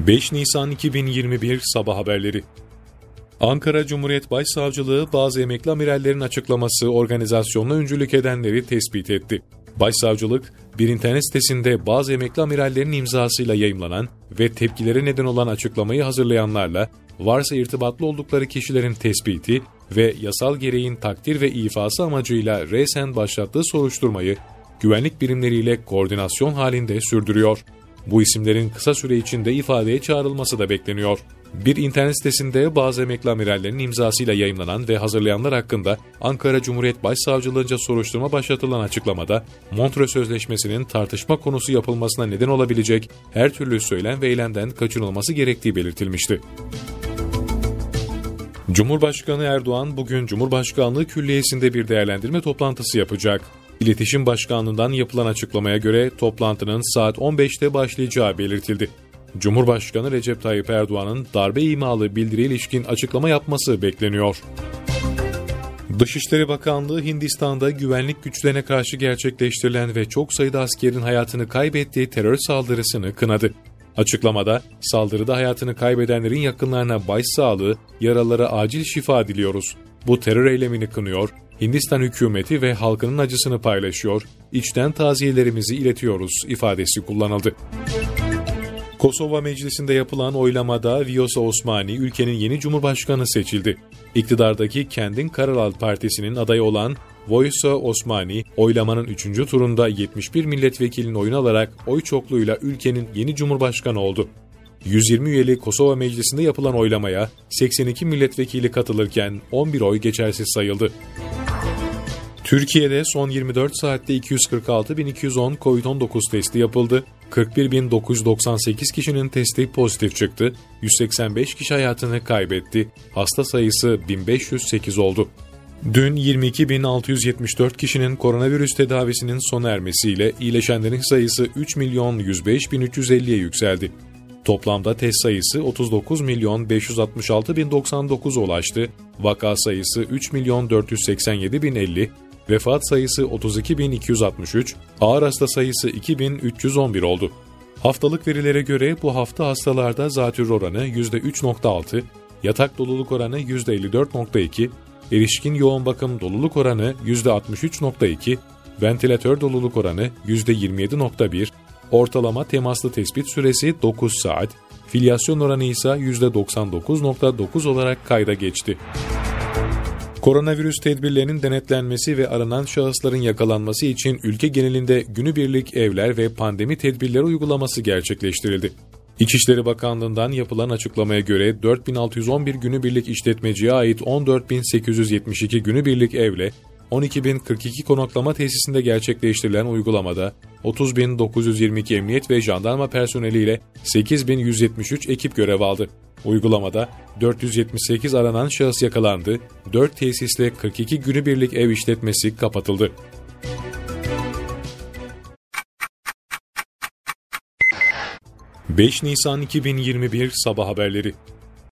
5 Nisan 2021 Sabah haberleri. Ankara Cumhuriyet Başsavcılığı bazı emekli amirallerin açıklaması organizasyonuna öncülük edenleri tespit etti. Başsavcılık, bir internet sitesinde bazı emekli amirallerin imzasıyla yayımlanan ve tepkilere neden olan açıklamayı hazırlayanlarla varsa irtibatlı oldukları kişilerin tespiti ve yasal gereğin takdir ve ifası amacıyla resen başlattığı soruşturmayı güvenlik birimleriyle koordinasyon halinde sürdürüyor. Bu isimlerin kısa süre içinde ifadeye çağrılması da bekleniyor. Bir internet sitesinde bazı emekli amirallerin imzasıyla yayımlanan ve hazırlayanlar hakkında Ankara Cumhuriyet Başsavcılığınca soruşturma başlatılan açıklamada, Montreux Sözleşmesi'nin tartışma konusu yapılmasına neden olabilecek her türlü söylem ve eylemden kaçınılması gerektiği belirtilmişti. Cumhurbaşkanı Erdoğan bugün Cumhurbaşkanlığı Külliyesi'nde bir değerlendirme toplantısı yapacak. İletişim Başkanlığı'ndan yapılan açıklamaya göre toplantının saat 15'te başlayacağı belirtildi. Cumhurbaşkanı Recep Tayyip Erdoğan'ın darbe imalı bildiriye ilişkin açıklama yapması bekleniyor. Dışişleri Bakanlığı Hindistan'da güvenlik güçlerine karşı gerçekleştirilen ve çok sayıda askerin hayatını kaybettiği terör saldırısını kınadı. Açıklamada, saldırıda hayatını kaybedenlerin yakınlarına başsağlığı, yaralılara acil şifa diliyoruz. Bu terör eylemini kınıyor, Hindistan hükümeti ve halkının acısını paylaşıyor, içten taziyelerimizi iletiyoruz ifadesi kullanıldı. Kosova Meclisi'nde yapılan oylamada Vjosa Osmani ülkenin yeni cumhurbaşkanı seçildi. İktidardaki Kendin Kararal Partisi'nin adayı olan Vjosa Osmani, oylamanın 3. turunda 71 milletvekilinin oyunu alarak oy çokluğuyla ülkenin yeni cumhurbaşkanı oldu. 120 üyeli Kosova Meclisi'nde yapılan oylamaya 82 milletvekili katılırken 11 oy geçersiz sayıldı. Türkiye'de son 24 saatte 246.210 COVID-19 testi yapıldı. 41.998 kişinin testi pozitif çıktı. 185 kişi hayatını kaybetti. Hasta sayısı 1508 oldu. Dün 22.674 kişinin koronavirüs tedavisinin sona ermesiyle iyileşenlerin sayısı 3.105.350'ye yükseldi. Toplamda test sayısı 39.566.099'a ulaştı. Vaka sayısı 3.487.050, vefat sayısı 32.263, ağır hasta sayısı 2.311 oldu. Haftalık verilere göre bu hafta hastalarda zatürre oranı %3.6, yatak doluluk oranı %54.2, erişkin yoğun bakım doluluk oranı %63.2, ventilatör doluluk oranı %27.1, ortalama temaslı tespit süresi 9 saat, filyasyon oranı ise %99.9 olarak kayda geçti. Koronavirüs tedbirlerinin denetlenmesi ve aranan şahısların yakalanması için ülke genelinde günübirlik evler ve pandemi tedbirleri uygulaması gerçekleştirildi. İçişleri Bakanlığı'ndan yapılan açıklamaya göre 4611 günübirlik işletmeciye ait 14.872 günübirlik evle 12.042 konaklama tesisinde gerçekleştirilen uygulamada 30.922 emniyet ve jandarma personeliyle 8.173 ekip görev aldı. Uygulamada 478 aranan şahıs yakalandı, 4 tesisle 42 günübirlik ev işletmesi kapatıldı. ...5 Nisan 2021 Sabah haberleri.